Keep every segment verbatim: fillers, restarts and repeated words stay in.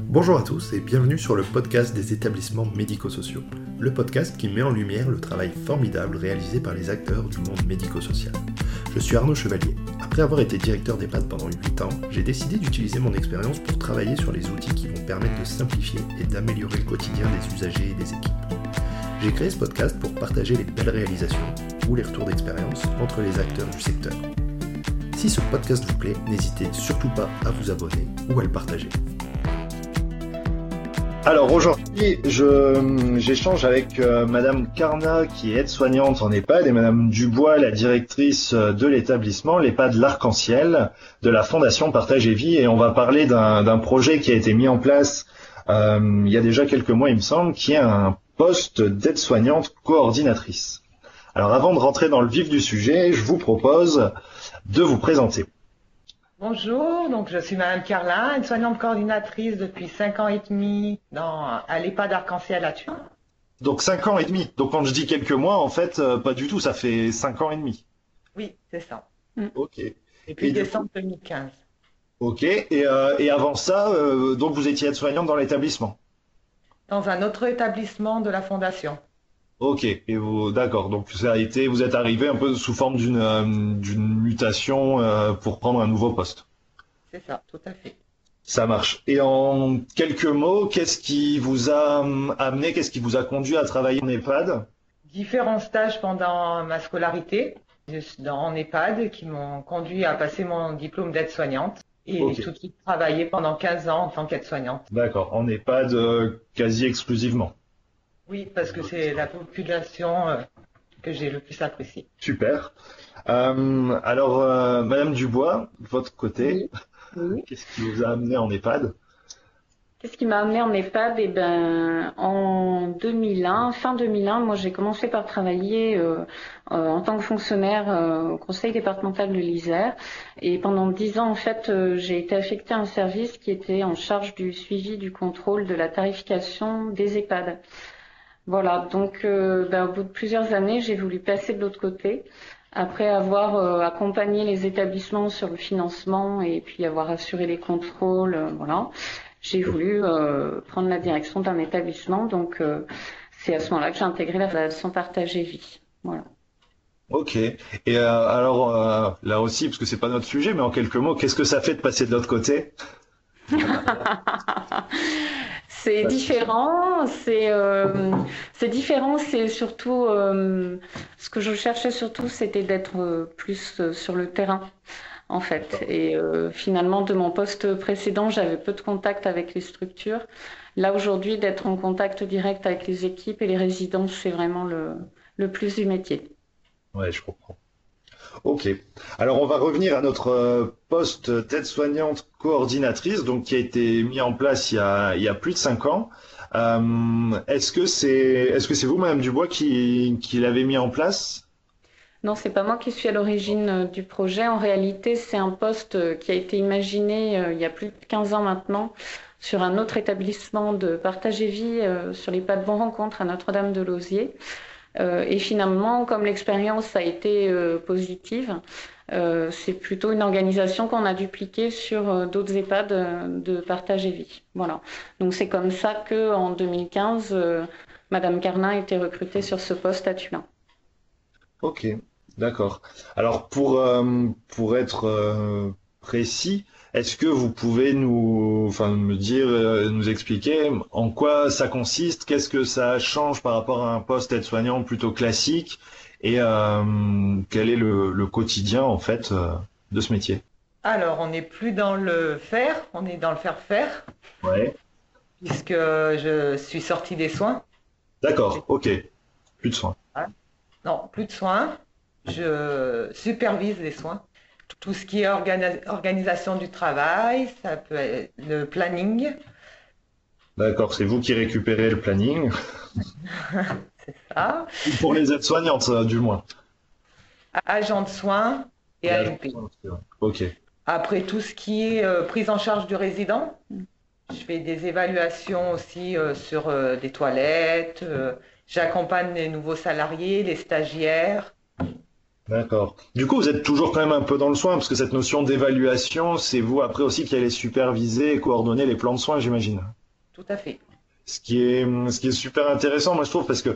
Bonjour à tous et bienvenue sur le podcast des établissements médico-sociaux, le podcast qui met en lumière le travail formidable réalisé par les acteurs du monde médico-social. Je suis Arnaud Chevalier. Après avoir été directeur d'EHPAD pendant huit ans, j'ai décidé d'utiliser mon expérience pour travailler sur les outils qui vont permettre de simplifier et d'améliorer le quotidien des usagers et des équipes. J'ai créé ce podcast pour partager les belles réalisations ou les retours d'expérience entre les acteurs du secteur. Si ce podcast vous plaît, n'hésitez surtout pas à vous abonner ou à le partager. Alors aujourd'hui, je, j'échange avec euh, Madame Carna qui est aide-soignante en EHPAD et Madame Dubois, la directrice de l'établissement, l'EHPAD L'Arc-en-Ciel de la Fondation Partage et Vie, et on va parler d'un, d'un projet qui a été mis en place euh, il y a déjà quelques mois, il me semble, qui est un poste d'aide-soignante coordinatrice. Alors avant de rentrer dans le vif du sujet, je vous propose de vous présenter. Bonjour, donc je suis Madame Carlin, une soignante coordinatrice depuis cinq ans et demi dans, à l'EHPAD Arc-en-Ciel à Thuin. Donc cinq ans et demi. Donc quand je dis quelques mois, en fait, euh, pas du tout, ça fait cinq ans et demi. Oui, c'est ça. Ok. Depuis Et décembre du coup- deux mille quinze. Ok. Et, euh, et avant ça, euh, donc vous étiez aide-soignante dans l'établissement. Dans un autre établissement de la Fondation. Ok. Et vous, d'accord. Donc ça a été, vous êtes arrivé un peu sous forme d'une euh, d'une mutation euh, pour prendre un nouveau poste. C'est ça, tout à fait. Ça marche. Et en quelques mots, qu'est-ce qui vous a hum, amené, qu'est-ce qui vous a conduit à travailler en EHPAD? Différents stages pendant ma scolarité dans, en EHPAD qui m'ont conduit à passer mon diplôme d'aide-soignante et Ok. tout de suite travailler pendant quinze ans en tant qu'aide-soignante. D'accord. En EHPAD euh, quasi exclusivement. Oui, parce que c'est la population euh, que j'ai le plus appréciée. Super. Euh, alors, euh, Madame Dubois, de votre côté, Oui, oui. qu'est-ce qui vous a amené en EHPAD? Qu'est-ce qui m'a amené en EHPAD? Eh ben, en deux mille un, fin deux mille un, moi j'ai commencé par travailler euh, euh, en tant que fonctionnaire euh, au conseil départemental de l'Isère. Et pendant dix ans, en fait, euh, j'ai été affectée à un service qui était en charge du suivi du contrôle de la tarification des EHPAD. Voilà, donc euh, ben, au bout de plusieurs années, j'ai voulu passer de l'autre côté. Après avoir euh, accompagné les établissements sur le financement et puis avoir assuré les contrôles, euh, voilà, j'ai voulu euh, prendre la direction d'un établissement. Donc euh, c'est à ce moment-là que j'ai intégré la Fondation Partage et Vie. Voilà. Ok. Et euh, alors, euh, là aussi, parce que c'est pas notre sujet, mais en quelques mots, qu'est-ce que ça fait de passer de l'autre côté? C'est différent, c'est euh, c'est différent, c'est surtout euh, ce que je cherchais surtout, c'était d'être euh, plus euh, sur le terrain en fait. Et euh, finalement, de mon poste précédent, j'avais peu de contact avec les structures. Là aujourd'hui, d'être en contact direct avec les équipes et les résidents, c'est vraiment le le plus du métier. Ouais, je comprends. Ok. Alors, on va revenir à notre euh, poste d'aide-soignante coordinatrice, donc qui a été mis en place il y a, il y a plus de cinq ans. Euh, est-ce que c'est, est-ce que c'est vous, Madame Dubois, qui, qui l'avez mis en place? Non, c'est pas moi qui suis à l'origine euh, du projet. En réalité, c'est un poste euh, qui a été imaginé euh, il y a plus de quinze ans maintenant sur un autre établissement de Partage et Vie euh, sur les pas de Bonne Rencontre à Notre-Dame-de-Lausier. Euh, et finalement, comme l'expérience a été euh, positive, euh, c'est plutôt une organisation qu'on a dupliquée sur euh, d'autres EHPAD euh, de Partage et Vie. Voilà. Donc c'est comme ça que en deux mille quinze, euh, Madame Carnin a été recrutée sur ce poste à Thuin. Ok, d'accord. Alors pour euh, pour être euh, précis, est-ce que vous pouvez nous, enfin me dire, euh, nous expliquer en quoi ça consiste, qu'est-ce que ça change par rapport à un poste aide-soignant plutôt classique et euh, quel est le, le quotidien en fait euh, de ce métier? Alors, on n'est plus dans le faire, on est dans le faire-faire, Ouais. puisque je suis sortie des soins. D'accord, ok. Plus de soins. Non, plus de soins. Je supervise les soins. Tout ce qui est organi- organisation du travail, ça peut être le planning, D'accord, c'est vous qui récupérez le planning. c'est ça. Pour les aides-soignantes, euh, du moins. Agent de soins et A M P. Ok. Après, tout ce qui est euh, prise en charge du résident, je fais des évaluations aussi euh, sur euh, des toilettes. euh, j'accompagne les nouveaux salariés, les stagiaires. D'accord. Du coup, vous êtes toujours quand même un peu dans le soin, parce que cette notion d'évaluation, c'est vous après aussi qui allez superviser et coordonner les plans de soins, j'imagine. tout à fait. Ce qui est, ce qui est super intéressant, moi je trouve, parce que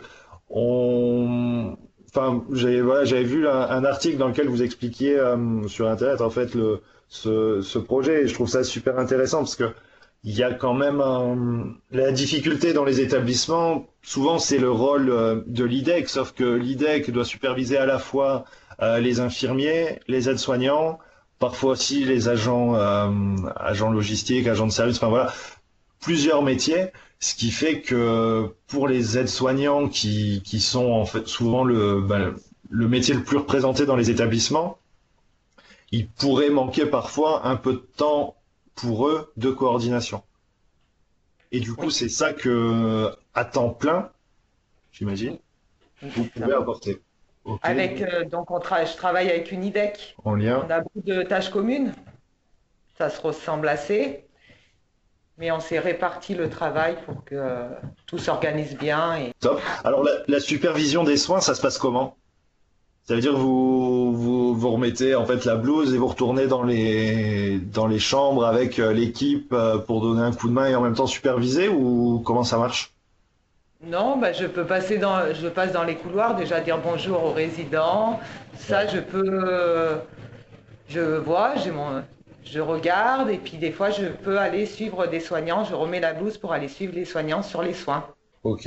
on, enfin, j'avais voilà, j'avais vu un, un article dans lequel vous expliquiez euh, sur Internet en fait le ce, ce projet, et je trouve ça super intéressant parce que il y a quand même un, la difficulté dans les établissements. Souvent, c'est le rôle euh, de l'I D E C, sauf que l'I D E C doit superviser à la fois euh, les infirmiers, les aides-soignants, parfois aussi les agents, euh, agents logistiques, agents de service. Enfin voilà, plusieurs métiers. Ce qui fait que pour les aides-soignants qui, qui sont en fait souvent le, ben, le métier le plus représenté dans les établissements, il pourrait manquer parfois un peu de temps pour eux de coordination. Et du coup, Oui. c'est ça que, à temps plein, j'imagine, vous pouvez apporter. Ok. Avec, euh, donc on tra- je travaille avec une I D E C. En lien. On a beaucoup de tâches communes. Ça se ressemble assez. Mais on s'est réparti le travail pour que euh, tout s'organise bien. Et... Top. Alors, la, la supervision des soins, ça se passe comment? Ça veut dire vous, vous vous remettez en fait la blouse et vous retournez dans les dans les chambres avec euh, l'équipe euh, pour donner un coup de main et en même temps superviser, ou comment ça marche? Non, bah, je peux passer dans, je passe dans les couloirs, déjà dire bonjour aux résidents. Ça, je peux, euh, je vois, j'ai mon, je regarde et puis des fois, je peux aller suivre des soignants. Je remets la blouse pour aller suivre les soignants sur les soins. Ok.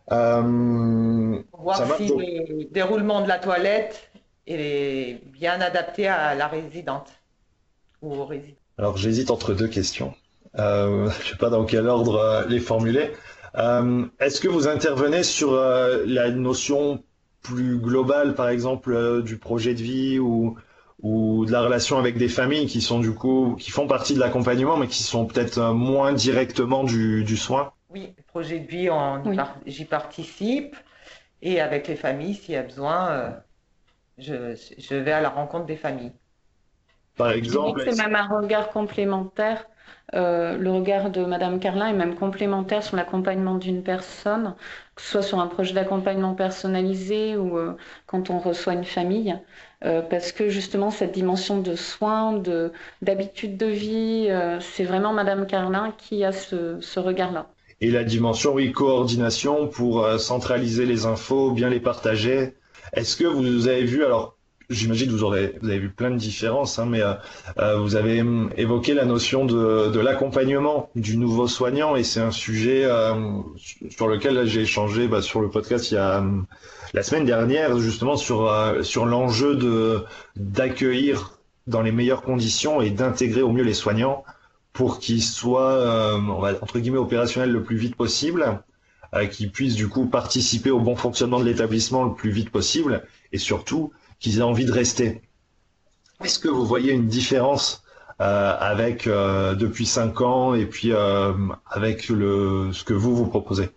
Euh, Pour ça voir marche si donc. le déroulement de la toilette est bien adapté à la résidente ou au résident. Alors j'hésite entre deux questions. Euh, je sais pas dans quel ordre euh, les formuler. Euh, est-ce que vous intervenez sur euh, la notion plus globale, par exemple, euh, du projet de vie ou, ou de la relation avec des familles qui sont du coup, qui font partie de l'accompagnement, mais qui sont peut-être euh, moins directement du, du soin? Oui, le projet de vie, on y Oui. par- j'y participe et avec les familles, s'il y a besoin, euh, je, je vais à la rencontre des familles. Par Je dirais exemple, que c'est est-ce- même un regard complémentaire. Euh, le regard de Madame Carlin est même complémentaire sur l'accompagnement d'une personne, que ce soit sur un projet d'accompagnement personnalisé ou euh, quand on reçoit une famille, euh, parce que justement cette dimension de soins, de d'habitude de vie, euh, c'est vraiment Madame Carlin qui a ce, ce regard-là. et la dimension, oui, coordination pour euh, centraliser les infos, bien les partager. Est-ce que vous avez vu, alors j'imagine que vous aurez, vous avez vu plein de différences, hein, mais euh, euh, vous avez hum, évoqué la notion de, de l'accompagnement du nouveau soignant, et c'est un sujet euh, sur lequel là, j'ai échangé bah, sur le podcast il y a hum, la semaine dernière, justement sur euh, sur l'enjeu de d'accueillir dans les meilleures conditions et d'intégrer au mieux les soignants pour qu'ils soient euh, on va, entre guillemets opérationnels le plus vite possible, euh, qu'ils puissent du coup participer au bon fonctionnement de l'établissement le plus vite possible, et surtout qu'ils aient envie de rester. Est-ce que vous voyez une différence euh, avec euh, depuis cinq ans et puis euh, avec le ce que vous vous proposez?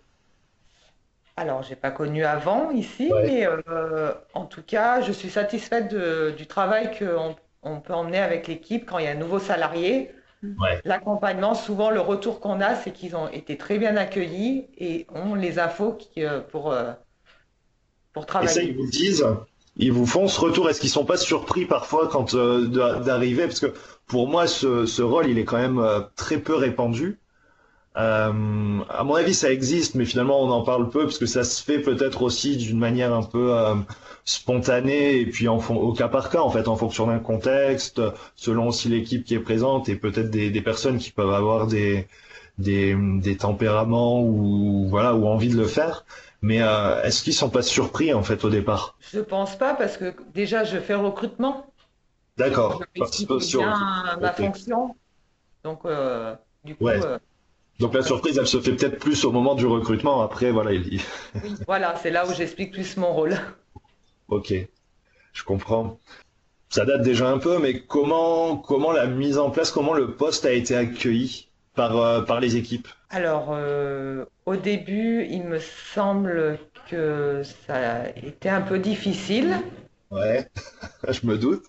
Alors, j'ai pas connu avant ici, Ouais. mais euh, en tout cas, je suis satisfaite de- du travail qu'on on peut emmener avec l'équipe quand il y a un nouveau salarié. Ouais. L'accompagnement, souvent, le retour qu'on a, c'est qu'ils ont été très bien accueillis et ont les infos qui, euh, pour, euh, pour Et ça, ils travailler. vous disent, ils vous font ce retour. Est-ce qu'ils sont pas surpris parfois quand euh, d'a- d'arriver? Parce que pour moi, ce, ce rôle, il est quand même euh, très peu répandu. Euh, à mon avis, ça existe, mais finalement, on en parle peu parce que ça se fait peut-être aussi d'une manière un peu euh, spontanée et puis en fon- au cas par cas, en fait, en fonction d'un contexte, selon aussi l'équipe qui est présente et peut-être des, des personnes qui peuvent avoir des, des, des tempéraments ou voilà ou envie de le faire. Mais euh, est-ce qu'ils sont pas surpris en fait au départ? Je pense pas parce que déjà, je fais le recrutement. Je D'accord. maîtrise Participe sur. bien ma Ok. fonction. Donc, euh, du coup, Ouais. euh, Donc la surprise, elle se fait peut-être plus au moment du recrutement. Après, voilà, il, il- oui, voilà, c'est là où j'explique plus mon rôle. ok, je comprends. Ça date déjà un peu, mais comment, comment la mise en place, comment le poste a été accueilli par, euh, par les équipes? Alors, euh, au début, il me semble que ça a été un peu difficile, Ouais, je me doute.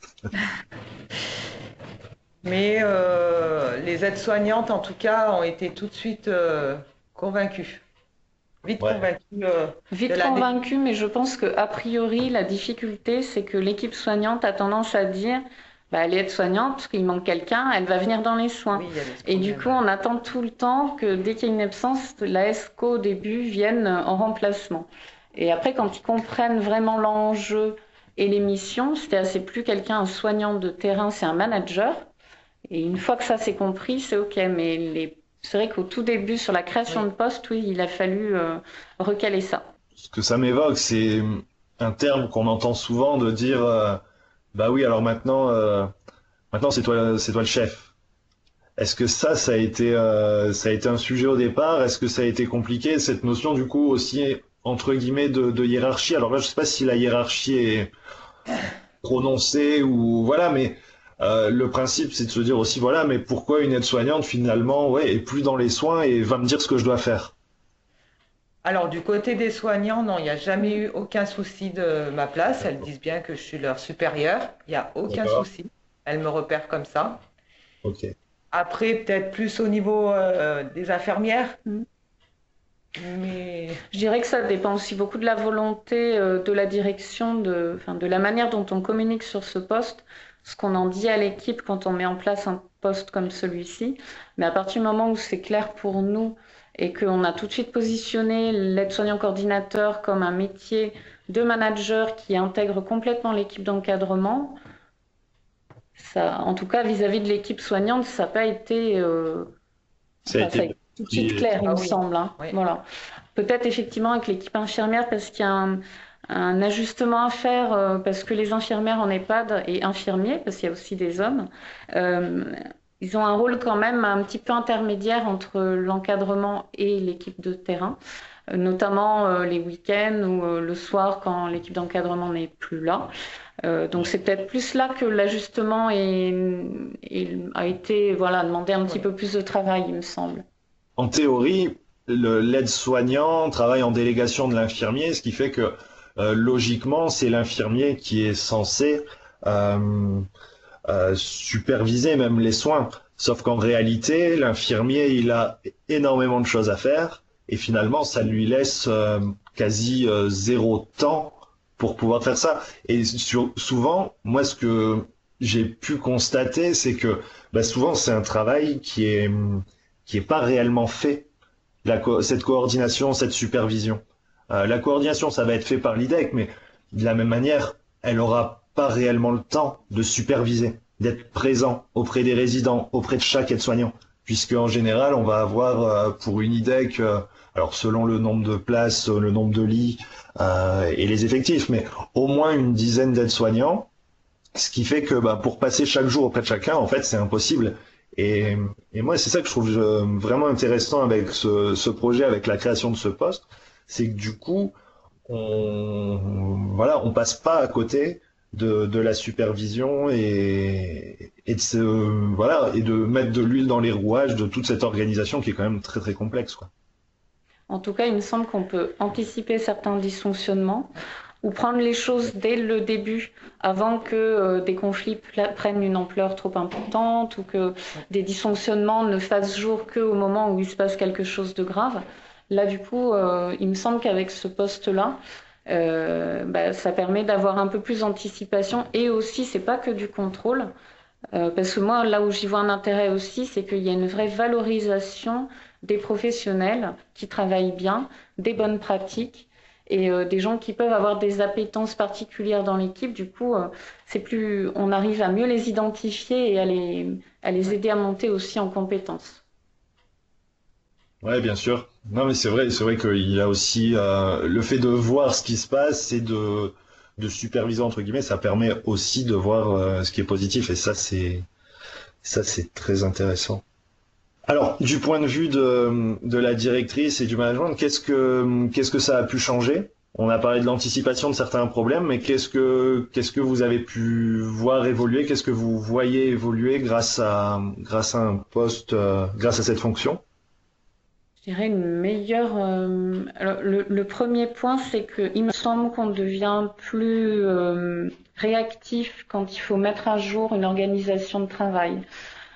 mais euh, les aides-soignantes, en tout cas, ont été tout de suite euh, convaincues, vite Ouais, convaincues euh, de Vite la nécessité. convaincue, mais je pense que a priori, la difficulté, c'est que l'équipe soignante a tendance à dire, bah, elle est aide-soignante, il manque quelqu'un, elle va venir dans les soins. Oui, il y avait ce Et du problème. coup, on attend tout le temps que dès qu'il y a une absence, la ESCO au début vienne en remplacement. Et après, quand ils comprennent vraiment l'enjeu et les missions, c'est-à-dire c'est plus quelqu'un, un soignant de terrain, c'est un manager. Et une fois que ça c'est compris, c'est ok. Mais les... c'est vrai qu'au tout début, sur la création Oui. de poste, oui, il a fallu euh, recaler ça. Ce que ça m'évoque, c'est un terme qu'on entend souvent de dire, euh, bah oui, alors maintenant, euh, maintenant c'est toi, c'est toi le chef. Est-ce que ça, ça a été, euh, ça a été un sujet au départ? Est-ce que ça a été compliqué, cette notion du coup aussi entre guillemets de, de hiérarchie? Alors là, je sais pas si la hiérarchie est prononcée ou voilà, mais euh, le principe, c'est de se dire aussi, voilà, mais pourquoi une aide-soignante finalement, ouais, est plus dans les soins et va me dire ce que je dois faire? Alors, du côté des soignants, non, il n'y a jamais eu aucun souci de ma place. Elles disent bien que je suis leur supérieure. Il n'y a aucun D'accord. souci. Elles me repèrent comme ça. Ok. Après, peut-être plus au niveau euh, des infirmières, Mm. mais Je dirais que ça dépend aussi beaucoup de la volonté euh, de la direction, de, enfin, de la manière dont on communique sur ce poste, ce qu'on en dit à l'équipe quand on met en place un poste comme celui-ci. Mais à partir du moment où c'est clair pour nous et qu'on a tout de suite positionné l'aide-soignant coordinateur comme un métier de manager qui intègre complètement l'équipe d'encadrement, ça, en tout cas vis-à-vis de l'équipe soignante, ça n'a pas été, euh, Ça a enfin, ça a été été tout de suite clair, il ah me oui, semble. Hein. oui. Voilà. Peut-être effectivement avec l'équipe infirmière parce qu'il y a un, un ajustement à faire euh, parce que les infirmières en EHPAD et infirmiers, parce qu'il y a aussi des hommes, euh, ils ont un rôle quand même un petit peu intermédiaire entre l'encadrement et l'équipe de terrain, euh, notamment euh, les week-ends ou euh, le soir quand l'équipe d'encadrement n'est plus là. Euh, donc c'est peut-être plus là que l'ajustement est, est- a été voilà demandé un petit Oui. peu plus de travail, il me semble. En théorie, le- l'aide-soignant travaille en délégation de l'infirmier, ce qui fait que euh, logiquement, c'est l'infirmier qui est censé euh, euh, superviser même les soins. Sauf qu'en réalité, l'infirmier, il a énormément de choses à faire et finalement, ça lui laisse euh, quasi euh, zéro temps pour pouvoir faire ça. Et sur- souvent, moi, ce que j'ai pu constater, c'est que bah, souvent, c'est un travail qui est qui est pas réellement fait, la co- cette coordination, cette supervision. Euh, la coordination, ça va être fait par l'I D E C, mais de la même manière, elle aura pas réellement le temps de superviser, d'être présent auprès des résidents, auprès de chaque aide-soignant, puisque en général, on va avoir euh, pour une I D E C, euh, alors selon le nombre de places, le nombre de lits euh, et les effectifs, mais au moins une dizaine d'aides-soignants, ce qui fait que bah, pour passer chaque jour auprès de chacun, en fait, c'est impossible. Et, et moi, c'est ça que je trouve euh, vraiment intéressant avec ce, ce projet, avec la création de ce poste, c'est que du coup, on voilà, on passe pas à côté de, de la supervision et, et de ce, voilà, et de mettre de l'huile dans les rouages de toute cette organisation qui est quand même très très complexe, quoi. En tout cas, il me semble qu'on peut anticiper certains dysfonctionnements ou prendre les choses dès le début, avant que euh, des conflits pla- prennent une ampleur trop importante ou que des dysfonctionnements ne fassent jour qu'au moment où il se passe quelque chose de grave. Là, du coup, euh, il me semble qu'avec ce poste-là, euh, bah, ça permet d'avoir un peu plus d'anticipation et aussi, c'est pas que du contrôle, euh, parce que moi, là où j'y vois un intérêt aussi, c'est qu'il y a une vraie valorisation des professionnels qui travaillent bien, des bonnes pratiques et euh, des gens qui peuvent avoir des appétences particulières dans l'équipe. Du coup, euh, c'est plus, on arrive à mieux les identifier et à les, à les aider à monter aussi en compétences. Ouais, bien sûr. Non, mais c'est vrai, c'est vrai qu'il y a aussi euh, le fait de voir ce qui se passe et de, de superviser entre guillemets, ça permet aussi de voir euh, ce qui est positif et ça c'est ça c'est très intéressant. Alors, du point de vue de, de la directrice et du management, qu'est-ce que qu'est-ce que ça a pu changer? On a parlé de l'anticipation de certains problèmes, mais qu'est-ce que qu'est-ce que vous avez pu voir évoluer? Qu'est-ce que vous voyez évoluer grâce à grâce à un poste, euh, grâce à cette fonction? Je dirais une meilleure. euh, alors, le, le premier point, c'est qu'il me semble qu'on devient plus euh, réactif quand il faut mettre à jour une organisation de travail.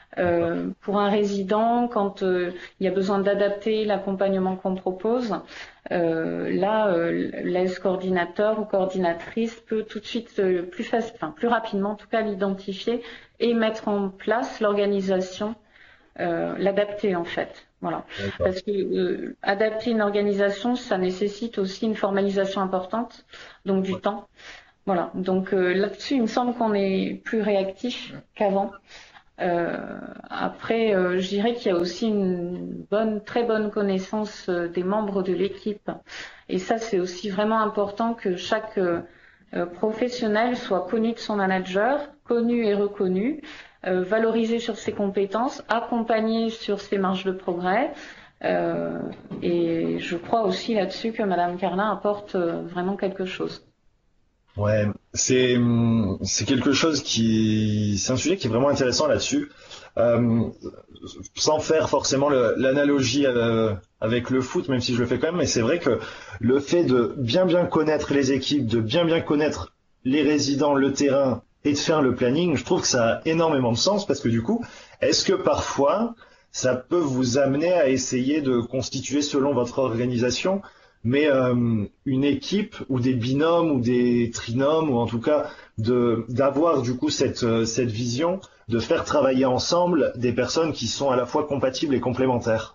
Euh, pour un résident, quand euh, il y a besoin d'adapter l'accompagnement qu'on propose, euh, là, euh, l'A S coordinateur ou coordinatrice peut tout de suite, euh, plus facile, enfin plus rapidement en tout cas, l'identifier et mettre en place l'organisation, euh, l'adapter en fait. Voilà. Parce que euh, adapter une organisation, ça nécessite aussi une formalisation importante, donc du ouais. temps. Voilà. Donc euh, là-dessus, il me semble qu'on est plus réactif qu'avant. Euh, après, euh, je dirais qu'il y a aussi une bonne, très bonne connaissance euh, des membres de l'équipe. Et ça, c'est aussi vraiment important que chaque euh, professionnel soit connu de son manager, connu et reconnu, euh, valorisé sur ses compétences, accompagné sur ses marges de progrès. Euh, et je crois aussi là-dessus que Madame Carlin apporte euh, vraiment quelque chose. Ouais, c'est c'est quelque chose qui c'est un sujet qui est vraiment intéressant là-dessus, euh, sans faire forcément le, l'analogie euh, avec le foot, même si je le fais quand même. Mais c'est vrai que le fait de bien bien connaître les équipes, de bien bien connaître les résidents, le terrain et de faire le planning, je trouve que ça a énormément de sens parce que du coup, est-ce que parfois ça peut vous amener à essayer de constituer selon votre organisation mais euh, une équipe ou des binômes ou des trinômes ou en tout cas de d'avoir du coup cette cette vision de faire travailler ensemble des personnes qui sont à la fois compatibles et complémentaires.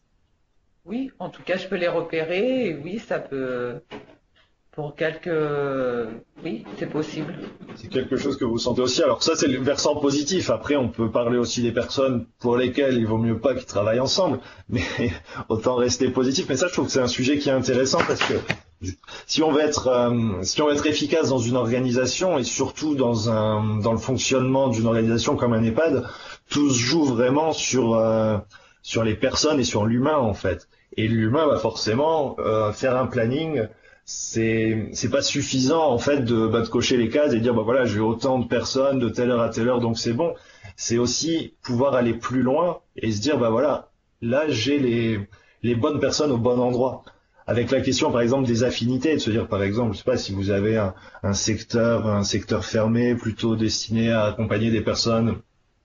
Oui, en tout cas, je peux les repérer et oui, ça peut pour quelques oui, c'est possible. C'est quelque chose que vous sentez aussi. Alors ça, c'est le versant positif. Après, on peut parler aussi des personnes pour lesquelles il vaut mieux pas qu'ils travaillent ensemble, mais autant rester positif. Mais ça, je trouve que c'est un sujet qui est intéressant parce que si on veut être euh, si on veut être efficace dans une organisation et surtout dans un dans le fonctionnement d'une organisation comme un EHPAD, tout se joue vraiment sur euh, sur les personnes et sur l'humain en fait. Et l'humain va forcément euh, faire un planning. C'est c'est pas suffisant en fait de bah, de cocher les cases et dire bah voilà j'ai autant de personnes de telle heure à telle heure donc c'est bon. C'est aussi pouvoir aller plus loin et se dire bah voilà là j'ai les les bonnes personnes au bon endroit. Avec la question par exemple des affinités, de se dire par exemple je sais pas si vous avez un, un secteur un secteur fermé plutôt destiné à accompagner des personnes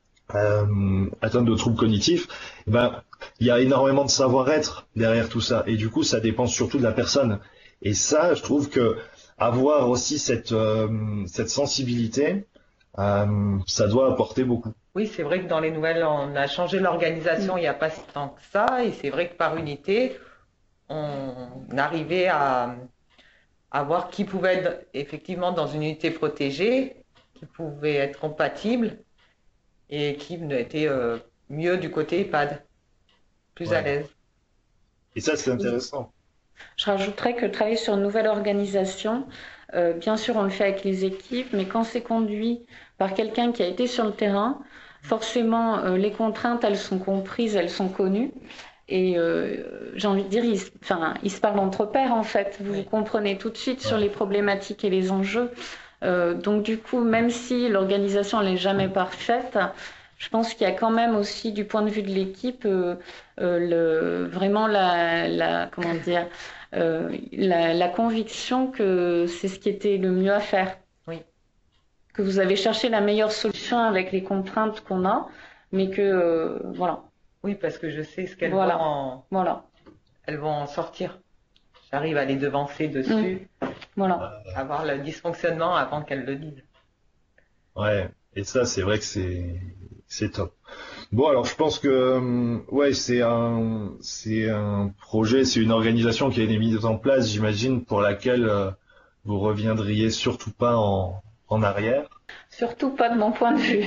euh, atteintes de troubles cognitifs, ben il y a énormément de savoir-être derrière tout ça et du coup ça dépend surtout de la personne. Et ça, je trouve que avoir aussi cette euh, cette sensibilité, euh, ça doit apporter beaucoup. Oui, c'est vrai que dans les nouvelles, on a changé l'organisation il n'y a pas si tant que ça, et c'est vrai que par unité, on arrivait à, à voir qui pouvait être effectivement dans une unité protégée, qui pouvait être compatible, et qui était euh, mieux du côté EHPAD, plus ouais. à l'aise. Et ça, c'est intéressant. Je rajouterais que travailler sur une nouvelle organisation, euh, bien sûr on le fait avec les équipes, mais quand c'est conduit par quelqu'un qui a été sur le terrain, forcément euh, les contraintes elles sont comprises, elles sont connues. Et euh, j'ai envie de dire, ils, enfin, ils se parlent entre pairs en fait. Vous, oui. vous comprenez tout de suite sur les problématiques et les enjeux. Euh, donc du coup, même si l'organisation elle n'est jamais parfaite, je pense qu'il y a quand même aussi, du point de vue de l'équipe, euh, euh, le, vraiment la, la, comment dire, euh, la, la conviction que c'est ce qui était le mieux à faire. Oui. Que vous avez cherché la meilleure solution avec les contraintes qu'on a, mais que euh, voilà. Oui, parce que je sais ce qu'elles voilà. vont, en... voilà. elles vont en sortir. J'arrive à les devancer dessus, mmh. voilà. avoir le dysfonctionnement avant qu'elles le disent. Ouais, et ça c'est vrai que c'est c'est top. Bon alors je pense que ouais c'est un c'est un projet, c'est une organisation qui a été mise en place, j'imagine, pour laquelle euh, vous reviendriez surtout pas en en arrière. Surtout pas de mon point de vue.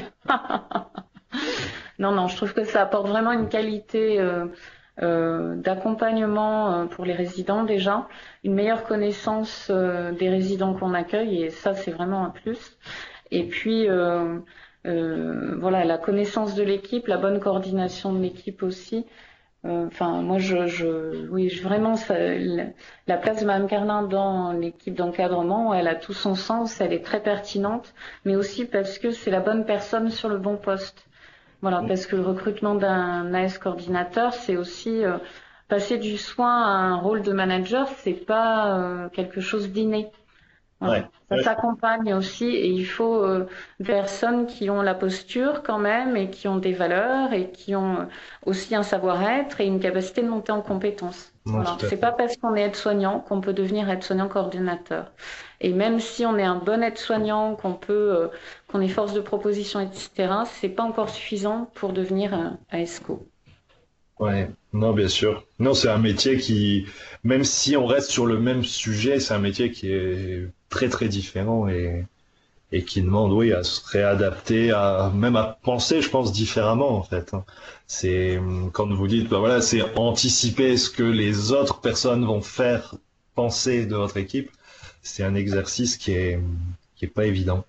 Non non, je trouve que ça apporte vraiment une qualité euh, euh, d'accompagnement euh, pour les résidents déjà, une meilleure connaissance euh, des résidents qu'on accueille et ça c'est vraiment un plus. Et puis euh, Euh, voilà, la connaissance de l'équipe, la bonne coordination de l'équipe aussi. Enfin, euh, moi, je, je, oui, je, vraiment, ça, la, la place de Madame Carlin dans l'équipe d'encadrement, elle a tout son sens, elle est très pertinente, mais aussi parce que c'est la bonne personne sur le bon poste. Voilà, parce que le recrutement d'un A S coordinateur, c'est aussi euh, passer du soin à un rôle de manager, c'est pas euh, quelque chose d'inné. Voilà. Ouais. Ça Ouais. s'accompagne aussi et il faut euh, des personnes qui ont la posture quand même et qui ont des valeurs et qui ont euh, aussi un savoir-être et une capacité de monter en compétences. Non, Voilà. tout à C'est fait. pas parce qu'on est aide-soignant qu'on peut devenir aide-soignant coordinateur. Et même si on est un bon aide-soignant, qu'on peut, euh, qu'on est force de proposition, et cetera, c'est pas encore suffisant pour devenir un A S C O. Ouais, non, bien sûr. Non, c'est un métier qui, même si on reste sur le même sujet, c'est un métier qui est très très différent et, et qui demande, oui, à se réadapter, à même à penser, je pense, différemment en fait. hein. C'est hum, quand vous dites, bah voilà, c'est anticiper ce que les autres personnes vont faire penser de votre équipe. C'est un exercice qui est qui est pas évident.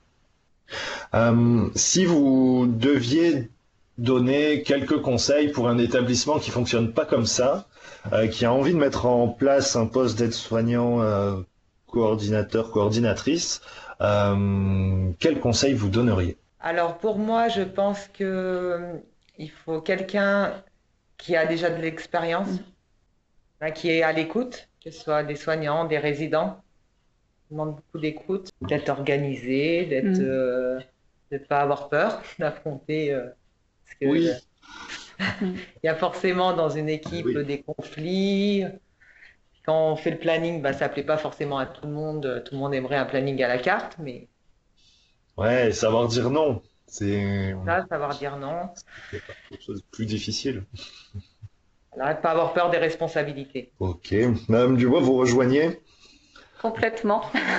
Euh, si vous deviez donner quelques conseils pour un établissement qui fonctionne pas comme ça, euh, qui a envie de mettre en place un poste d'aide-soignant euh, coordinateur, coordinatrice, euh, quels conseils vous donneriez? Alors pour moi, je pense que euh, il faut quelqu'un qui a déjà de l'expérience, hein, qui est à l'écoute, que ce soit des soignants, des résidents. Ça demande beaucoup d'écoute, d'être organisé, d'être, Mm. euh, de ne pas avoir peur d'affronter. euh, parce que Oui, il y a forcément dans une équipe oui, des conflits. Quand on fait le planning, bah, ça plaît pas forcément à tout le monde. Tout le monde aimerait un planning à la carte, mais ouais, savoir dire non, c'est là, savoir dire non. c'est quelque chose de plus difficile. Voilà, de pas avoir peur des responsabilités. Ok, Madame Dubois, vous rejoignez? Complètement.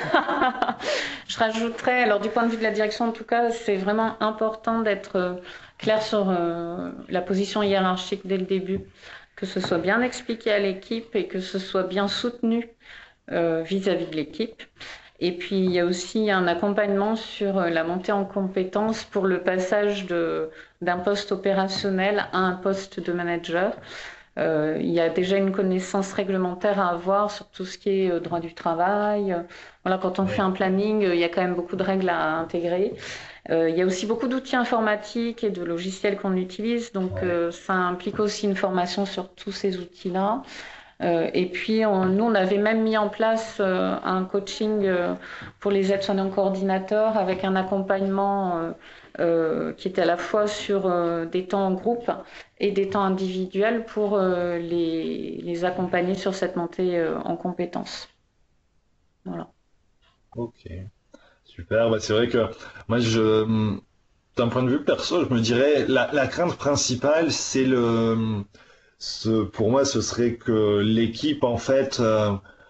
Je rajouterais, alors du point de vue de la direction en tout cas, c'est vraiment important d'être euh, clair sur euh, la position hiérarchique dès le début, que ce soit bien expliqué à l'équipe et que ce soit bien soutenu euh, vis-à-vis de l'équipe. Et puis il y a aussi un accompagnement sur euh, la montée en compétences pour le passage de, d'un poste opérationnel à un poste de manager. Euh, il y a déjà une connaissance réglementaire à avoir sur tout ce qui est euh, droit du travail. Euh, Voilà, quand on fait un planning, euh, il y a quand même beaucoup de règles à intégrer. Euh, il y a aussi beaucoup d'outils informatiques et de logiciels qu'on utilise, donc Ouais. euh, ça implique aussi une formation sur tous ces outils-là. Euh, et puis, on, nous, on avait même mis en place euh, un coaching euh, pour les aides-soignants coordinateurs avec un accompagnement euh, euh, qui était à la fois sur euh, des temps en groupe et des temps individuels pour euh, les, les accompagner sur cette montée euh, en compétences. Voilà. Ok, super. Bah, c'est vrai que moi, je, d'un point de vue perso, je me dirais la, la crainte principale, c'est le, ce, pour moi, ce serait que l'équipe, en fait, euh,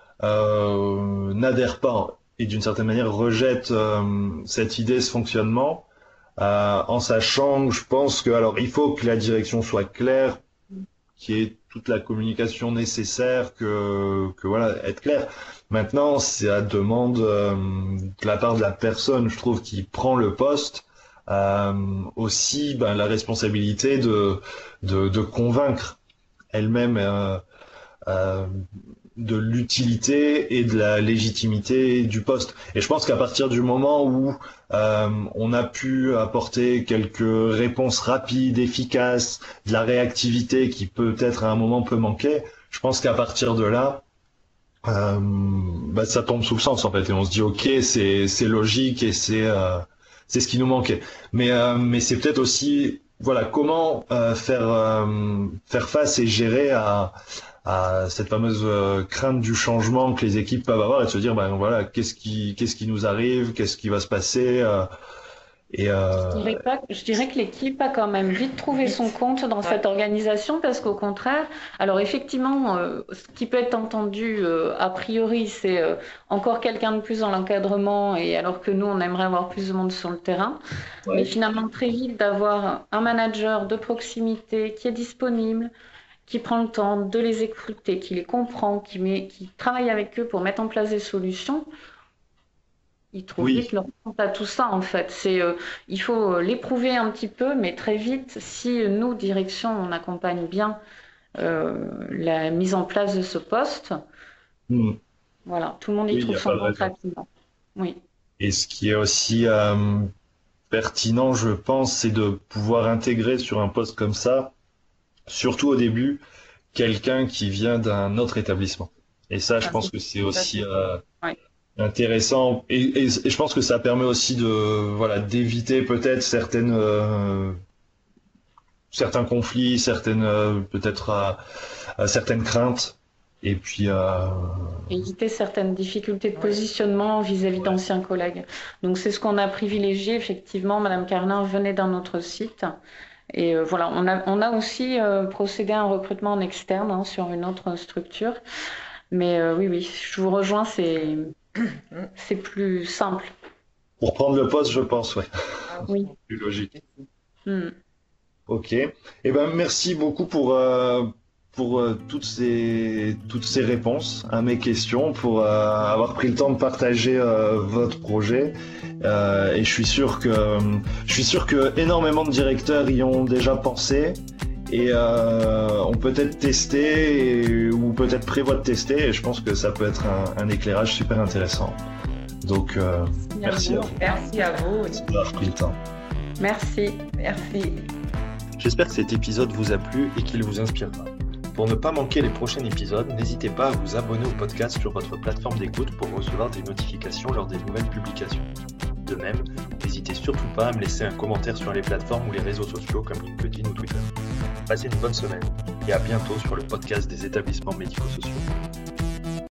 euh, n'adhère pas et d'une certaine manière rejette euh, cette idée, ce fonctionnement, euh, en sachant que je pense que, alors, il faut que la direction soit claire, qu'il y ait toute la communication nécessaire, que, que voilà, être clair. Maintenant, c'est à demande euh, de la part de la personne, je trouve, qui prend le poste, euh, aussi ben, la responsabilité de, de, de convaincre elle-même euh, euh, de l'utilité et de la légitimité du poste. Et je pense qu'à partir du moment où euh, on a pu apporter quelques réponses rapides, efficaces, de la réactivité qui peut-être à un moment peut manquer, je pense qu'à partir de là, euh, bah, ça tombe sous le sens en fait et on se dit ok c'est c'est logique et c'est euh, c'est ce qui nous manquait. Mais euh, mais c'est peut-être aussi voilà comment euh, faire euh, faire face et gérer à à cette fameuse euh, crainte du changement que les équipes peuvent avoir et de se dire ben voilà qu'est-ce qui qu'est-ce qui nous arrive, qu'est-ce qui va se passer euh, et euh, Je dirais pas, je dirais que l'équipe a quand même vite trouvé son compte dans cette organisation parce qu'au contraire, alors effectivement, euh, ce qui peut être entendu euh, a priori, c'est euh, encore quelqu'un de plus dans l'encadrement et alors que nous, on aimerait avoir plus de monde sur le terrain. Ouais. Mais finalement, très vite d'avoir un manager de proximité qui est disponible, qui prend le temps de les écouter, qui les comprend, qui met, qui travaille avec eux pour mettre en place des solutions. Ils trouvent oui vite leur compte à tout ça, en fait. C'est, euh, il faut l'éprouver un petit peu, mais très vite, si nous, direction, on accompagne bien euh, la mise en place de ce poste, Hmm. voilà, tout le monde y Oui, il trouve n'y a son pas de compte raison. rapidement. Oui. Et ce qui est aussi euh, pertinent, je pense, c'est de pouvoir intégrer sur un poste comme ça, surtout au début, quelqu'un qui vient d'un autre établissement. Et ça, je Ça, pense c'est que c'est tout à aussi fait. euh, Oui. Intéressant. Et, et, et je pense que ça permet aussi de, voilà, d'éviter peut-être certaines, euh, certains conflits, certaines, euh, peut-être euh, euh, certaines craintes. Et puis, euh... éviter certaines difficultés de positionnement vis-à-vis d'anciens collègues. Donc c'est ce qu'on a privilégié. Effectivement, Madame Carnin venait d'un autre site. Et euh, voilà, on a, on a aussi euh, procédé à un recrutement en externe hein, sur une autre structure. Mais euh, oui, oui, je vous rejoins, c'est, c'est plus simple. Pour prendre le poste, je pense, ouais. Oui. Plus logique. Mm. Ok. Eh ben, merci beaucoup pour, euh, pour euh, toutes ces, toutes ces réponses à mes questions, pour euh, avoir pris le temps de partager euh, votre projet. Euh, et je suis sûr que, je suis sûr que énormément de directeurs y ont déjà pensé. Et euh, on peut être testé et, ou peut-être prévoit de tester et je pense que ça peut être un, un éclairage super intéressant. Donc euh, merci à vous. Merci à vous. Merci d'avoir pris le temps. Merci. Merci. J'espère que cet épisode vous a plu et qu'il vous inspirera. Pour ne pas manquer les prochains épisodes, n'hésitez pas à vous abonner au podcast sur votre plateforme d'écoute pour recevoir des notifications lors des nouvelles publications. De même, n'hésitez surtout pas à me laisser un commentaire sur les plateformes ou les réseaux sociaux comme LinkedIn ou Twitter. Passez une bonne semaine et à bientôt sur le podcast des établissements médico-sociaux.